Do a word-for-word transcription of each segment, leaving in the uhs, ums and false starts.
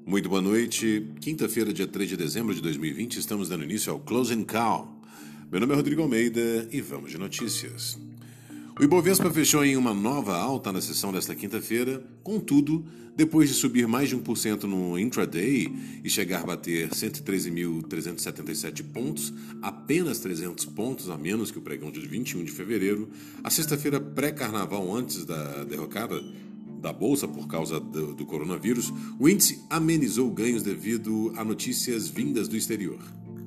Muito boa noite. Quinta-feira, dia três de dezembro de dois mil e vinte, estamos dando início ao Closing Call. Meu nome é Rodrigo Almeida e vamos de notícias. O Ibovespa fechou em uma nova alta na sessão desta quinta-feira, contudo, depois de subir mais de um por cento no intraday e chegar a bater cento e treze mil trezentos e setenta e sete pontos, apenas trezentos pontos a menos que o pregão de vinte e um de fevereiro, a sexta-feira pré-carnaval antes da derrocada da Bolsa por causa do, do coronavírus, o índice amenizou ganhos devido a notícias vindas do exterior.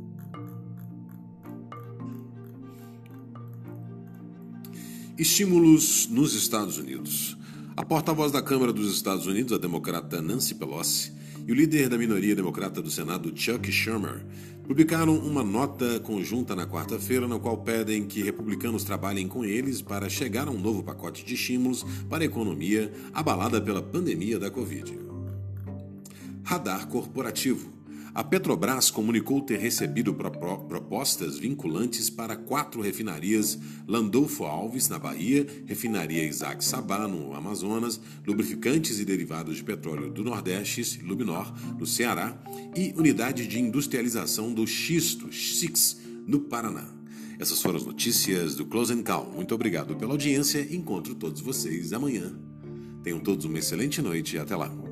Estímulos nos Estados Unidos. A porta-voz da Câmara dos Estados Unidos, a democrata Nancy Pelosi, e o líder da minoria democrata do Senado, Chuck Schumer, publicaram uma nota conjunta na quarta-feira, na qual pedem que republicanos trabalhem com eles para chegar a um novo pacote de estímulos para a economia abalada pela pandemia da Covid. Radar corporativo. A Petrobras comunicou ter recebido propostas vinculantes para quatro refinarias: Landolfo Alves, na Bahia, refinaria Isaac Sabá, no Amazonas, lubrificantes e derivados de petróleo do Nordeste, Lubnor, no Ceará, e unidade de industrialização do xisto, S I X, no Paraná. Essas foram as notícias do Closing Call. Muito obrigado pela audiência e encontro todos vocês amanhã. Tenham todos uma excelente noite e até lá.